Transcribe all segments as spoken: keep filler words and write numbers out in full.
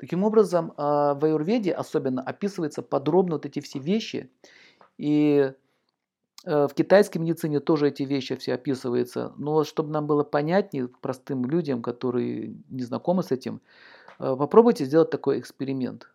Таким образом, а, в аюрведе особенно описывается подробно вот эти все вещи. И э, в китайской медицине тоже эти вещи все описываются. Но чтобы нам было понятнее простым людям, которые не знакомы с этим, э, попробуйте сделать такой эксперимент.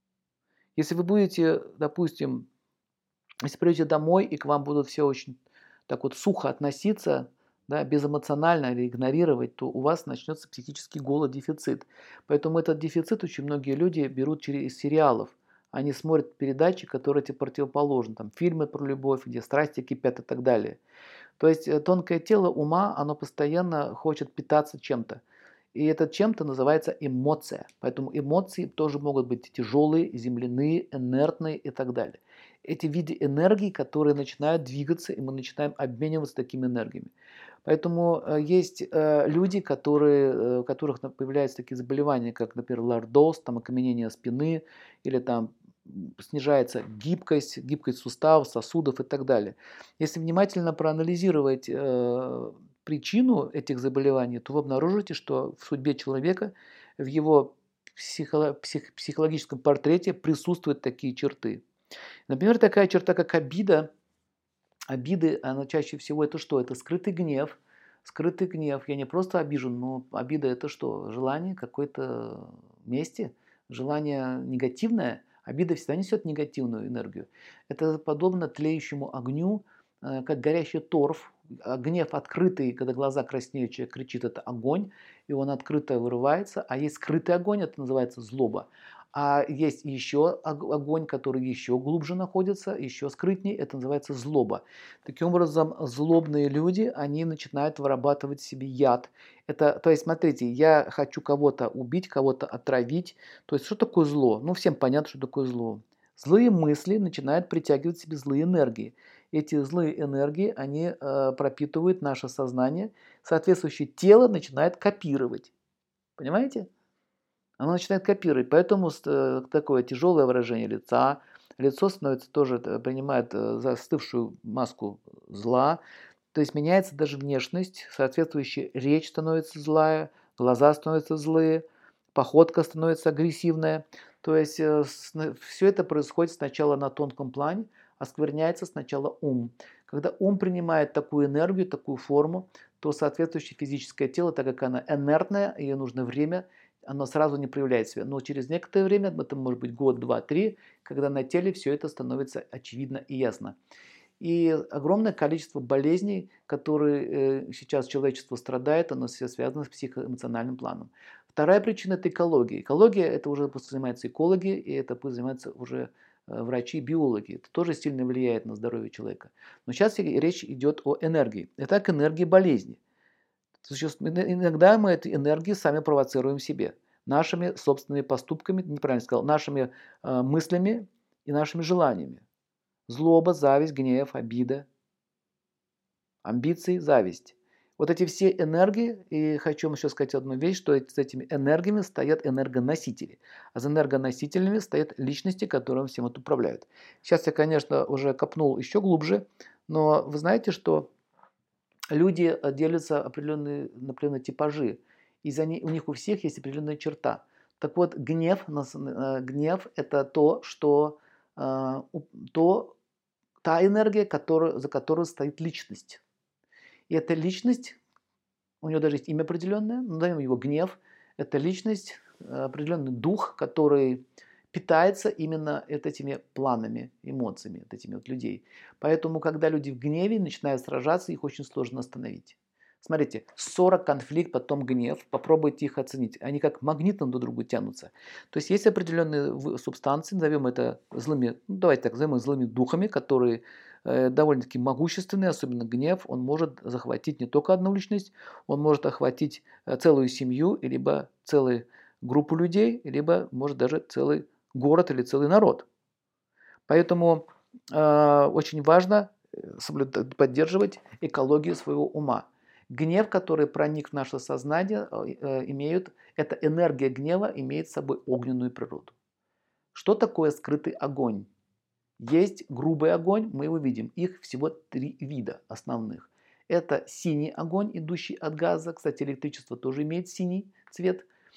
Если вы будете, допустим, если придете домой и к вам будут все очень так вот сухо относиться, да, безэмоционально или игнорировать, то у вас начнется психический голод, дефицит. Поэтому этот дефицит очень многие люди берут через сериалов. Они смотрят передачи, которые тебе противоположны, там фильмы про любовь, где страсти кипят и так далее. То есть э, тонкое тело ума, оно постоянно хочет питаться чем-то. И это чем-то называется эмоция. Поэтому эмоции тоже могут быть тяжелые, земляные, инертные и так далее. Эти виды энергии, которые начинают двигаться, и мы начинаем обмениваться такими энергиями. Поэтому э, есть э, люди, которые, э, у которых на- появляются такие заболевания, как, например, лордоз, там, окаменение спины, или там м, снижается гибкость, гибкость суставов, сосудов и так далее. Если внимательно проанализировать э, причину этих заболеваний, то вы обнаружите, что в судьбе человека, в его психоло- псих- психологическом портрете присутствуют такие черты. Например, такая черта, как обида. Обиды, она чаще всего это что? Это скрытый гнев. Скрытый гнев. Я не просто обижен, но обида это что? Желание какой-то мести, желание негативное. Обида всегда несет негативную энергию. Это подобно тлеющему огню, э, как горящий торф. А гнев открытый, когда глаза краснеют, человек кричит, это огонь, и он открыто вырывается. А есть скрытый огонь, это называется злоба. А есть еще огонь, который еще глубже находится, еще скрытнее, это называется злоба. Таким образом, злобные люди, они начинают вырабатывать в себе яд. Это, то есть, смотрите, я хочу кого-то убить, кого-то отравить. То есть, что такое зло? Ну, всем понятно, что такое зло. Злые мысли начинают притягивать в себе злые энергии. Эти злые энергии, они э, пропитывают наше сознание, соответствующее тело начинает копировать. Понимаете? Оно начинает копировать. Поэтому э, такое тяжелое выражение лица. Лицо становится тоже, э, принимает э, застывшую маску зла. То есть меняется даже внешность, соответствующая речь становится злая, глаза становятся злые, походка становится агрессивная. То есть все это происходит сначала на тонком плане, оскверняется сначала ум. Когда ум принимает такую энергию, такую форму, то соответствующее физическое тело, так как оно инертное, ее нужно время, оно сразу не проявляет себя. Но через некоторое время, это может быть год, два, три, когда на теле все это становится очевидно и ясно. И огромное количество болезней, которые э, сейчас человечество страдает, оно все связано с психоэмоциональным планом. Вторая причина – это экология. Экология – это уже пусть занимаются экологи, и это пусть занимаются уже э, врачи, биологи. Это тоже сильно влияет на здоровье человека. Но сейчас речь идет о энергии. Итак, энергии болезни. Иногда мы эти энергии сами провоцируем себе. Нашими собственными поступками, неправильно сказал, нашими э, мыслями и нашими желаниями. Злоба, зависть, гнев, обида, амбиции, зависть. Вот эти все энергии, и хочу вам еще сказать одну вещь, что с этими энергиями стоят энергоносители. А за энергоносителями стоят личности, которые всем это управляют. Сейчас я, конечно, уже копнул еще глубже, но вы знаете, что люди делятся определенные, на определенные типажи. И за не, у них у всех есть определенная черта. Так вот, гнев, гнев это то, что, то, та энергия, которую, за которую стоит личность. И эта личность, у нее даже есть имя определенное, назовем его гнев. Это личность, определенный дух, который питается именно вот этими планами, эмоциями, вот этими вот людей. Поэтому, когда люди в гневе начинают сражаться, их очень сложно остановить. Смотрите, ссора, конфликт, потом гнев. Попробуйте их оценить. Они как магнитом друг к другу тянутся. То есть есть определенные субстанции, назовем это злыми, ну, давайте так, назовем их злыми духами, которые э, довольно-таки могущественные, особенно гнев. Он может захватить не только одну личность, он может охватить э, целую семью, либо целую группу людей, либо может даже целый город или целый народ. Поэтому э, очень важно соблюдать, поддерживать экологию своего ума. Гнев, который проник в наше сознание, э, имеет, эта энергия гнева имеет с собой огненную природу. Что такое скрытый огонь? Есть грубый огонь, мы его видим. Их всего три вида основных. Это синий огонь, идущий от газа. Кстати, электричество тоже имеет синий цвет.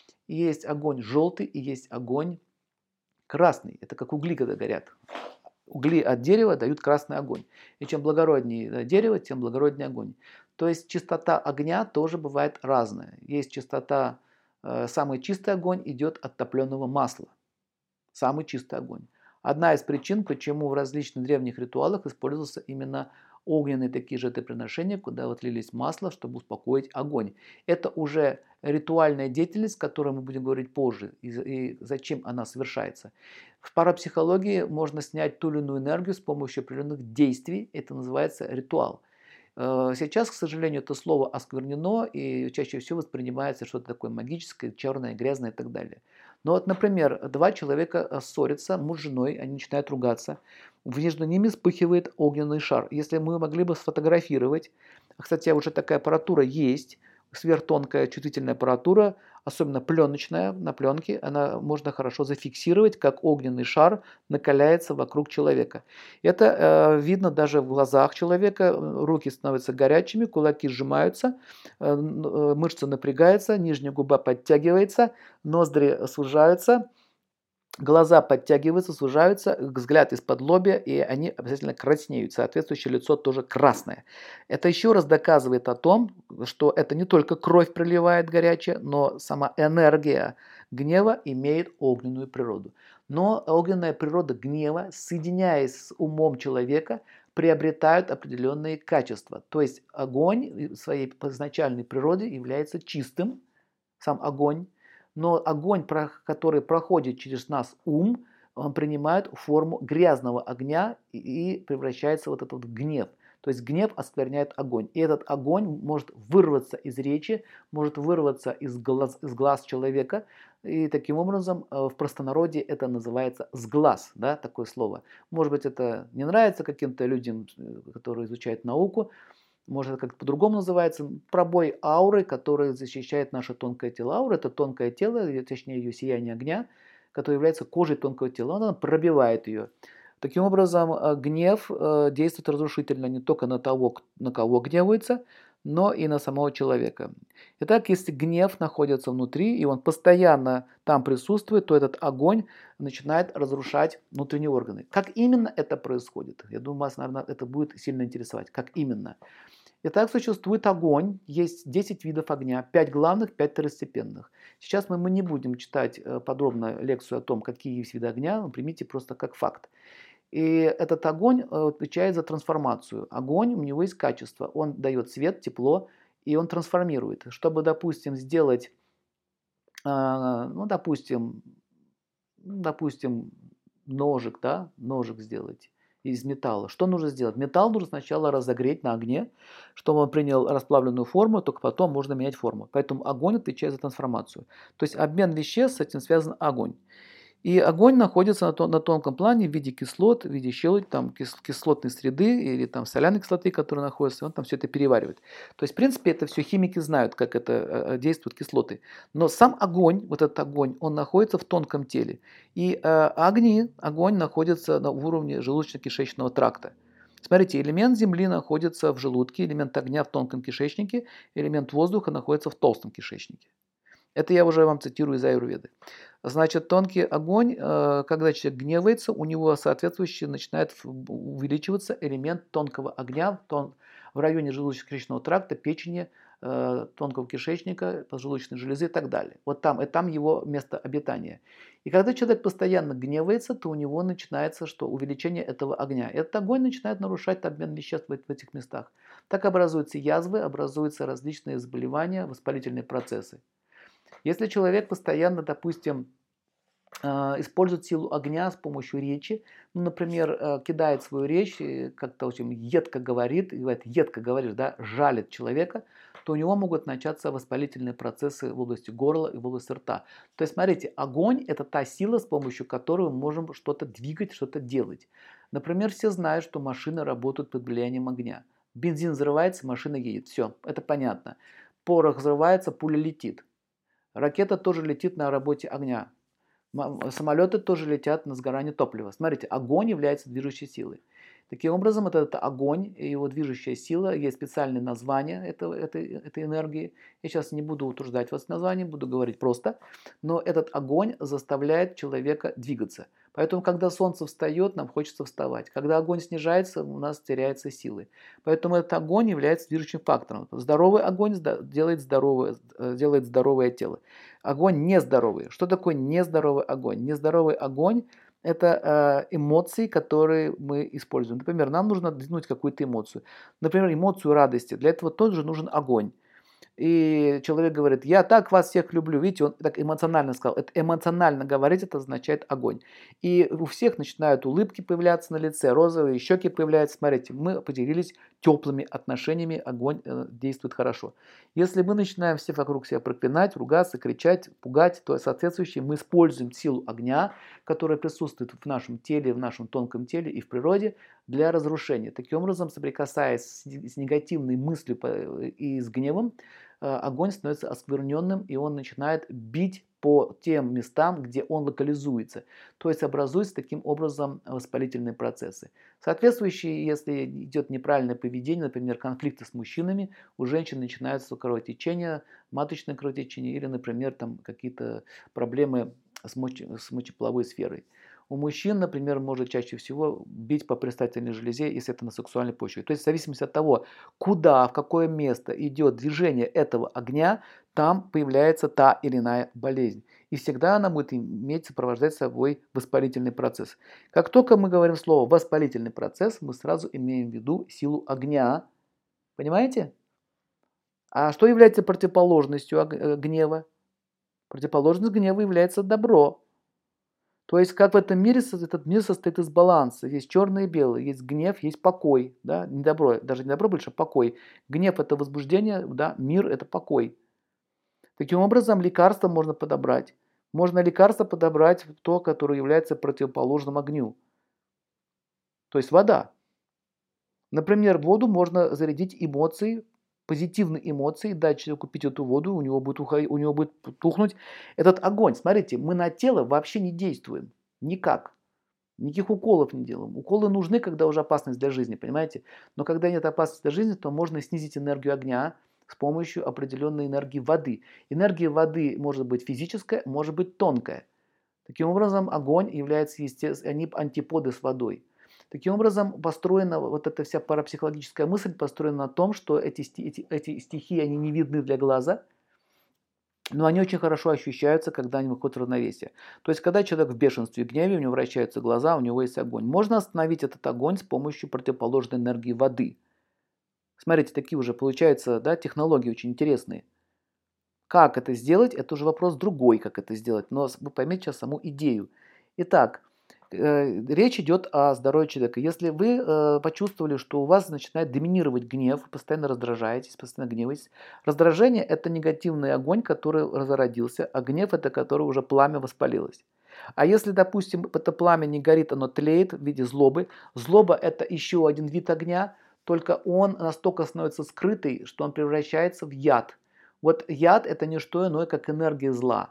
И есть огонь желтый и есть огонь красный. Это как угли, когда горят. Угли от дерева дают красный огонь. И чем благороднее дерево, тем благороднее огонь. То есть частота огня тоже бывает разная. Есть частота, э, самый чистый огонь идет от топленого масла. Самый чистый огонь. Одна из причин, почему в различных древних ритуалах использовался именно огненные такие жертвоприношения, куда вот лились масло, чтобы успокоить огонь. Это уже ритуальная деятельность, о которой мы будем говорить позже, и, и зачем она совершается. В парапсихологии можно снять ту или иную энергию с помощью определенных действий, это называется ритуал. Сейчас, к сожалению, это слово осквернено и чаще всего воспринимается что-то такое магическое, черное, грязное и так далее. Но вот, например, два человека ссорятся, муж с женой, они начинают ругаться, между ними вспыхивает огненный шар. Если мы могли бы сфотографировать, кстати, уже такая аппаратура есть, сверхтонкая чувствительная аппаратура, особенно пленочная, на пленке, она можно хорошо зафиксировать, как огненный шар накаляется вокруг человека. Это э, видно даже в глазах человека, руки становятся горячими, кулаки сжимаются, э, мышцы напрягаются, нижняя губа подтягивается, ноздри сужаются, глаза подтягиваются, сужаются, взгляд из-под лобья, и они обязательно краснеют. Соответствующее лицо тоже красное. Это еще раз доказывает о том, что это не только кровь проливает горячая, но сама энергия гнева имеет огненную природу. Но огненная природа гнева, соединяясь с умом человека, приобретают определенные качества. То есть огонь в своей изначальной природе является чистым, сам огонь. Но огонь, который проходит через нас ум, он принимает форму грязного огня и превращается в вот этот вот гнев. То есть гнев оскверняет огонь. И этот огонь может вырваться из речи, может вырваться из глаз, из глаз человека. И таким образом в простонародье это называется сглаз, да, такое слово. Может быть, это не нравится каким-то людям, которые изучают науку. Может, это как-то по-другому называется, пробой ауры, который защищает наше тонкое тело. Аура – это тонкое тело, точнее ее сияние огня, которое является кожей тонкого тела, она пробивает ее. Таким образом, гнев действует разрушительно не только на того, на кого гневается, но и на самого человека. Итак, если гнев находится внутри, и он постоянно там присутствует, то этот огонь начинает разрушать внутренние органы. Как именно это происходит? Я думаю, вас, наверное, это будет сильно интересовать. Как именно? Итак, существует огонь, есть десять видов огня, пять главных, пять второстепенных. Сейчас мы, мы не будем читать подробно лекцию о том, какие есть виды огня, примите просто как факт. И этот огонь отвечает за трансформацию. Огонь, у него есть качество, он дает свет, тепло, и он трансформирует. Чтобы, допустим, сделать, ну, допустим, допустим, ножик, да, ножик сделать из металла. Что нужно сделать? Металл нужно сначала разогреть на огне, чтобы он принял расплавленную форму, только потом можно менять форму. Поэтому огонь отвечает за трансформацию. То есть обмен веществ, с этим связан огонь. И огонь находится на, тон, на тонком плане в виде кислот, в виде щелочи, там, кис, кислотной среды или там, соляной кислоты, которая находится, он там все это переваривает. То есть, в принципе, это все химики знают, как это действуют кислоты. Но сам огонь, вот этот огонь, он находится в тонком теле. И э, огни, огонь находится на уровне желудочно-кишечного тракта. Смотрите, элемент земли находится в желудке, элемент огня в тонком кишечнике, элемент воздуха находится в толстом кишечнике. Это я уже вам цитирую из аюрведы. Значит, тонкий огонь, когда человек гневается, у него соответствующе начинает увеличиваться элемент тонкого огня в районе желудочно-кишечного тракта, печени, тонкого кишечника, поджелудочной железы и так далее. Вот там, и там его место обитания. И когда человек постоянно гневается, то у него начинается что? Увеличение этого огня. И этот огонь начинает нарушать обмен веществ в этих местах. Так образуются язвы, образуются различные заболевания, воспалительные процессы. Если человек постоянно, допустим, использует силу огня с помощью речи, ну, например, кидает свою речь, как-то очень едко говорит, говорит, едко говоришь, да, жалит человека, то у него могут начаться воспалительные процессы в области горла и в области рта. То есть, смотрите, огонь – это та сила, с помощью которой мы можем что-то двигать, что-то делать. Например, все знают, что машины работают под влиянием огня. Бензин взрывается, машина едет. Все, это понятно. Порох взрывается, пуля летит. Ракета тоже летит на работе огня. Самолеты тоже летят на сгорание топлива. Смотрите, огонь является движущей силой. Таким образом, это, это огонь и его движущая сила, есть специальные названия этого, этой, этой энергии. Я сейчас не буду утруждать вас названием, буду говорить просто, но этот огонь заставляет человека двигаться. Поэтому, когда солнце встает, нам хочется вставать. Когда огонь снижается, у нас теряются силы. Поэтому этот огонь является движущим фактором. Здоровый огонь делает здоровое, делает здоровое тело. Огонь нездоровый. Что такое нездоровый огонь? Нездоровый огонь – это э, эмоции, которые мы используем. Например, нам нужно двинуть какую-то эмоцию. Например, эмоцию радости. Для этого тоже нужен огонь. И человек говорит, я так вас всех люблю. Видите, он так эмоционально сказал. Это эмоционально говорить, это означает огонь. И у всех начинают улыбки появляться на лице, розовые щеки появляются. Смотрите, мы поделились теплыми отношениями, огонь э, действует хорошо. Если мы начинаем все вокруг себя проклинать, ругаться, кричать, пугать, то соответствующее мы используем силу огня, которая присутствует в нашем теле, в нашем тонком теле и в природе для разрушения. Таким образом, соприкасаясь с негативной мыслью и с гневом, огонь становится оскверненным, и он начинает бить по тем местам, где он локализуется. То есть образуются таким образом воспалительные процессы. Соответствующие, если идет неправильное поведение, например, конфликты с мужчинами, у женщин начинаются кровотечение, маточное кровотечение или, например, там какие-то проблемы с, моче, с мочеполовой сферой. У мужчин, например, может чаще всего бить по предстательной железе, если это на сексуальной почве. То есть в зависимости от того, куда, в какое место идет движение этого огня, там появляется та или иная болезнь. И всегда она будет иметь, сопровождать собой воспалительный процесс. Как только мы говорим слово «воспалительный процесс», мы сразу имеем в виду силу огня. Понимаете? А что является противоположностью гнева? Противоположность гнева является добро. То есть, как в этом мире, этот мир состоит из баланса. Есть черное и белое, есть гнев, есть покой. Да? Не добро, даже не добро больше, а покой. Гнев – это возбуждение, да? Мир – это покой. Таким образом, лекарство можно подобрать. Можно лекарство подобрать то, которое является противоположным огню. То есть вода. Например, воду можно зарядить эмоции, позитивные эмоции, дать человеку пить эту воду, у него будет, уходить, у него будет тухнуть этот огонь. Смотрите, мы на тело вообще не действуем. Никак. Никаких уколов не делаем. Уколы нужны, когда уже опасность для жизни, понимаете? Но когда нет опасности для жизни, то можно снизить энергию огня с помощью определенной энергии воды. Энергия воды может быть физическая, может быть тонкая. Таким образом, огонь является, естественно, они антиподы с водой. Таким образом, построена вот эта вся парапсихологическая мысль построена на том, что эти, эти, эти стихии, они не видны для глаза, но они очень хорошо ощущаются, когда они выходят в равновесие. То есть, когда человек в бешенстве и гневе, у него вращаются глаза, у него есть огонь. Можно остановить этот огонь с помощью противоположной энергии воды. Смотрите, такие уже получаются, да, технологии очень интересные. Как это сделать, это уже вопрос другой, как это сделать. Но вы поймете сейчас саму идею. Итак, речь идет о здоровье человека. Если вы э, почувствовали, что у вас начинает доминировать гнев, вы постоянно раздражаетесь, постоянно гневаетесь. Раздражение – это негативный огонь, который зародился, а гнев – это который уже пламя воспалилось. А если, допустим, это пламя не горит, оно тлеет в виде злобы, злоба – это еще один вид огня, только он настолько становится скрытый, что он превращается в яд. Вот яд – это не что иное, как энергия зла.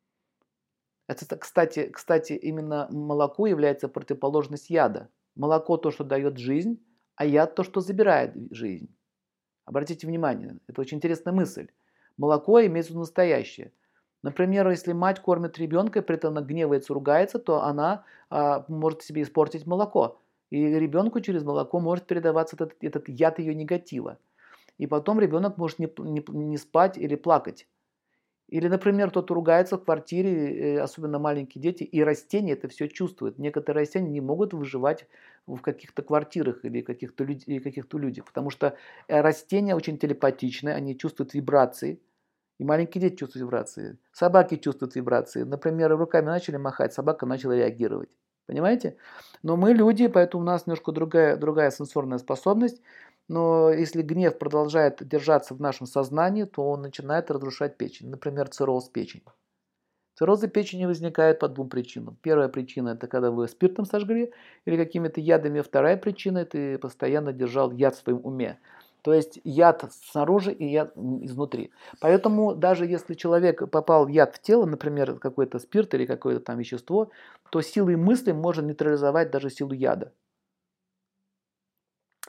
Это, кстати, кстати, именно молоко является противоположность яда. Молоко то, что дает жизнь, а яд то, что забирает жизнь. Обратите внимание, это очень интересная мысль. Молоко имеется в виду настоящее. Например, если мать кормит ребенка, и при этом она гневается, ругается, то она а, может себе испортить молоко. И ребенку через молоко может передаваться этот, этот яд ее негатива. И потом ребенок может не, не, не спать или плакать. Или, например, кто-то ругается в квартире, особенно маленькие дети, и растения это все чувствуют. Некоторые растения не могут выживать в каких-то квартирах или каких-то, люд... каких-то людях, потому что растения очень телепатичные, они чувствуют вибрации, и маленькие дети чувствуют вибрации. Собаки чувствуют вибрации. Например, руками начали махать, собака начала реагировать. Понимаете? Но мы люди, поэтому у нас немножко другая, другая сенсорная способность. Но если гнев продолжает держаться в нашем сознании, то он начинает разрушать печень. Например, цирроз печени. Циррозы печени возникают по двум причинам. Первая причина – это когда вы спиртом сожгли или какими-то ядами. Вторая причина – это ты постоянно держал яд в своем уме. То есть яд снаружи и яд изнутри. Поэтому даже если человек попал яд в тело, например, какой-то спирт или какое-то там вещество, то силой мысли можно нейтрализовать даже силу яда.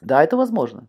Да, это возможно.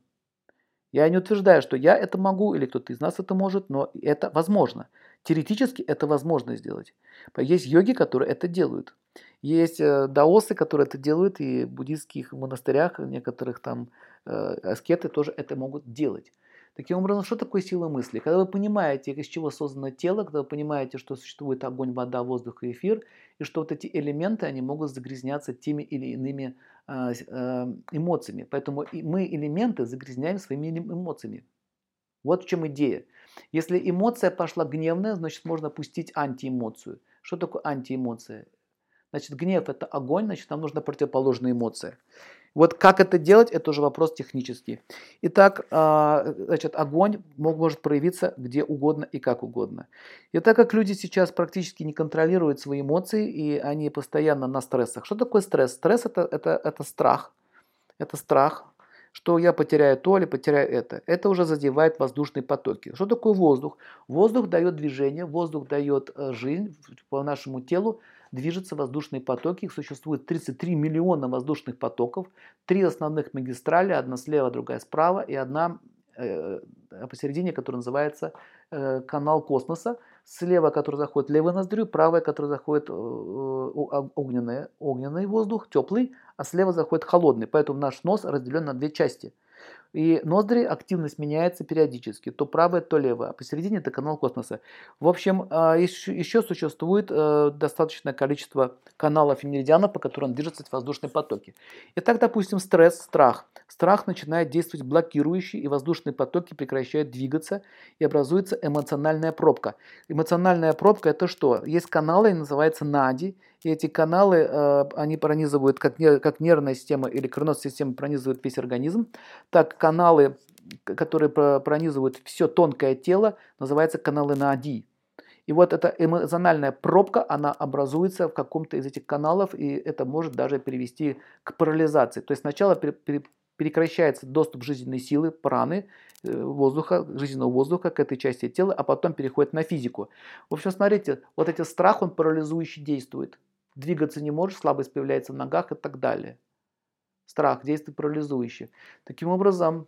Я не утверждаю, что я это могу или кто-то из нас это может, но это возможно. Теоретически это возможно сделать. Есть йоги, которые это делают. Есть э, даосы, которые это делают, и в буддийских монастырях некоторых там э, аскеты тоже это могут делать. Таким образом, что такое сила мысли? Когда вы понимаете, из чего создано тело, когда вы понимаете, что существует огонь, вода, воздух и эфир, и что вот эти элементы, они могут загрязняться теми или иными а, с- а, эмоциями. Поэтому и мы элементы загрязняем своими элем- эмоциями. Вот в чем идея. Если эмоция пошла гневная, значит можно пустить антиэмоцию. Что такое антиэмоция? Значит, гнев это огонь, значит нам нужна противоположная эмоция. Вот как это делать, это уже вопрос технический. Итак, а, значит, огонь мог- может проявиться где угодно и как угодно. И так как люди сейчас практически не контролируют свои эмоции, и они постоянно на стрессах. Что такое стресс? Стресс это, это, это страх. Это страх, что я потеряю то или потеряю это. Это уже задевает воздушные потоки. Что такое воздух? Воздух дает движение, воздух дает э, жизнь по нашему телу. Движутся воздушные потоки. Их существует тридцать три миллиона воздушных потоков. Три основных магистрали. Одна слева, другая справа. И одна э, посередине, которая называется э, канал космоса. Слева, который заходит в левую ноздрю, правая, которая заходит э, огненный, огненный воздух, теплый, а слева заходит холодный. Поэтому наш нос разделен на две части. И ноздри активность меняется периодически, то правая, то левая, а посередине это канал космоса. В общем, а, еще, еще существует э, достаточное количество каналов и меридианов, по которым движутся эти воздушные потоки. Итак, допустим, стресс, страх. Страх начинает действовать блокирующий, и воздушные потоки прекращают двигаться, и образуется эмоциональная пробка. Эмоциональная пробка это что? Есть каналы, называются нади, и эти каналы, э, они пронизывают, как, нер- как нервная система или кровеносная система пронизывают весь организм. Так, каналы, которые пронизывают все тонкое тело, называются каналы Наади. И вот эта эмоциональная пробка, она образуется в каком-то из этих каналов, и это может даже привести к парализации. То есть сначала прекращается доступ жизненной силы, праны, э, воздуха, жизненного воздуха к этой части тела, а потом переходит на физику. В общем, смотрите, вот этот страх, он парализующий действует. Двигаться не можешь, слабость появляется в ногах и так далее. Страх действует парализующе. Таким образом,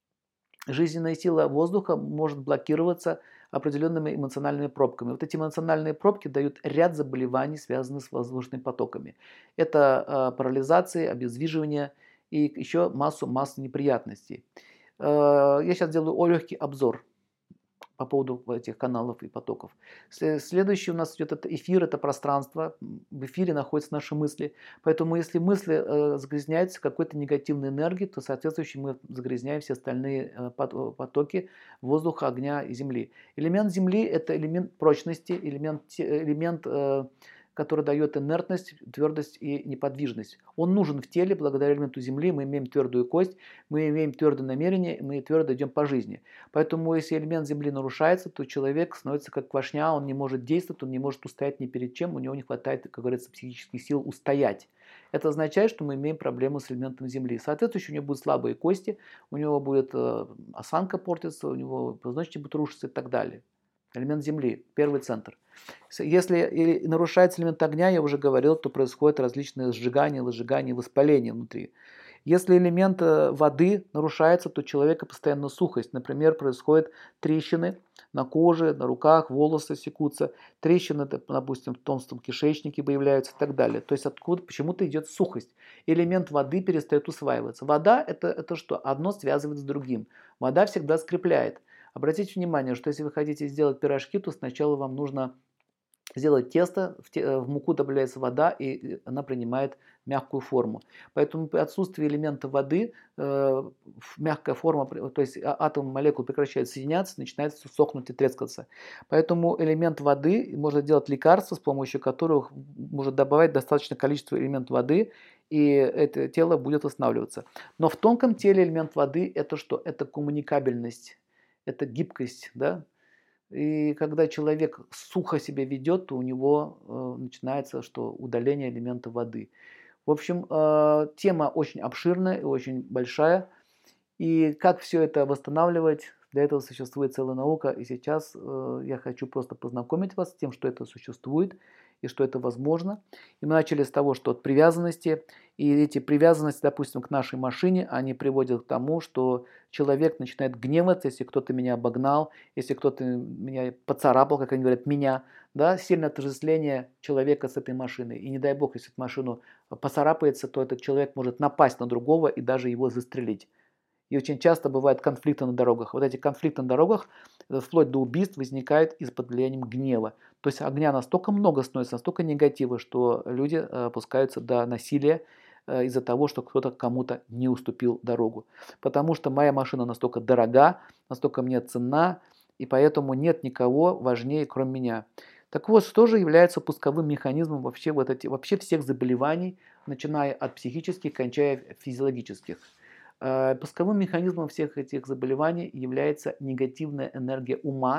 жизненная сила воздуха может блокироваться определенными эмоциональными пробками. Вот эти эмоциональные пробки дают ряд заболеваний, связанных с воздушными потоками. Это э, парализация, обездвиживание и еще массу, массу неприятностей. Э, я сейчас делаю легкий обзор по поводу этих каналов и потоков. Следующий у нас идет это эфир, это пространство. В эфире находятся наши мысли. Поэтому если мысли э, загрязняются какой-то негативной энергией, то, соответствующе, мы загрязняем все остальные э, потоки воздуха, огня и земли. Элемент земли – это элемент прочности, элемент, элемент э, который дает инертность, твердость и неподвижность. Он нужен в теле, благодаря элементу земли мы имеем твердую кость, мы имеем твердое намерение, мы твердо идем по жизни. Поэтому если элемент земли нарушается, то человек становится как квашня, он не может действовать, он не может устоять ни перед чем, у него не хватает, как говорится, психических сил устоять. Это означает, что мы имеем проблему с элементом земли. Соответственно, у него будут слабые кости, у него будет э, осанка портиться, у него позвоночник будет рушиться и так далее. Элемент земли, первый центр. Если нарушается элемент огня, я уже говорил, то происходит различные сжигания, выжигания, воспаления внутри. Если элемент воды нарушается, то у человека постоянно сухость. Например, происходят трещины на коже, на руках, волосы секутся. Трещины, допустим, в толстом кишечнике появляются и так далее. То есть откуда почему-то идет сухость. Элемент воды перестает усваиваться. Вода это, это что? Одно связывает с другим. Вода всегда скрепляет. Обратите внимание, что если вы хотите сделать пирожки, то сначала вам нужно сделать тесто, в, те, в муку добавляется вода, и она принимает мягкую форму. Поэтому при отсутствии элемента воды э, мягкая форма, то есть атомы молекул прекращают соединяться, начинает сохнуть и трескаться. Поэтому элемент воды можно делать лекарства, с помощью которых можно добавить достаточное количество элементов воды, и это тело будет восстанавливаться. Но в тонком теле элемент воды это что? Это коммуникабельность, это гибкость, да? И когда человек сухо себя ведет, то у него э, начинается что удаление элемента воды. В общем, э, тема очень обширная и очень большая. И как все это восстанавливать, для этого существует целая наука. И сейчас э, я хочу просто познакомить вас с тем, что это существует. и что это возможно. И мы начали с того, что от привязанности, и эти привязанности, допустим, к нашей машине, они приводят к тому, что человек начинает гневаться, если кто-то меня обогнал, если кто-то меня поцарапал, как они говорят, меня, да, сильное отождествление человека с этой машиной. И не дай бог, если эта машина поцарапается, то этот человек может напасть на другого и даже его застрелить. И очень часто бывают конфликты на дорогах. Вот эти конфликты на дорогах, вплоть до убийств, возникают из-под влиянием гнева. То есть огня настолько много становится, настолько негатива, что люди опускаются до насилия из-за того, что кто-то кому-то не уступил дорогу. Потому что моя машина настолько дорога, настолько мне ценна, и поэтому нет никого важнее, кроме меня. Так вот, что же является пусковым механизмом вообще, вот эти, вообще всех заболеваний, начиная от психических, кончая физиологических? Пусковым механизмом всех этих заболеваний является негативная энергия ума,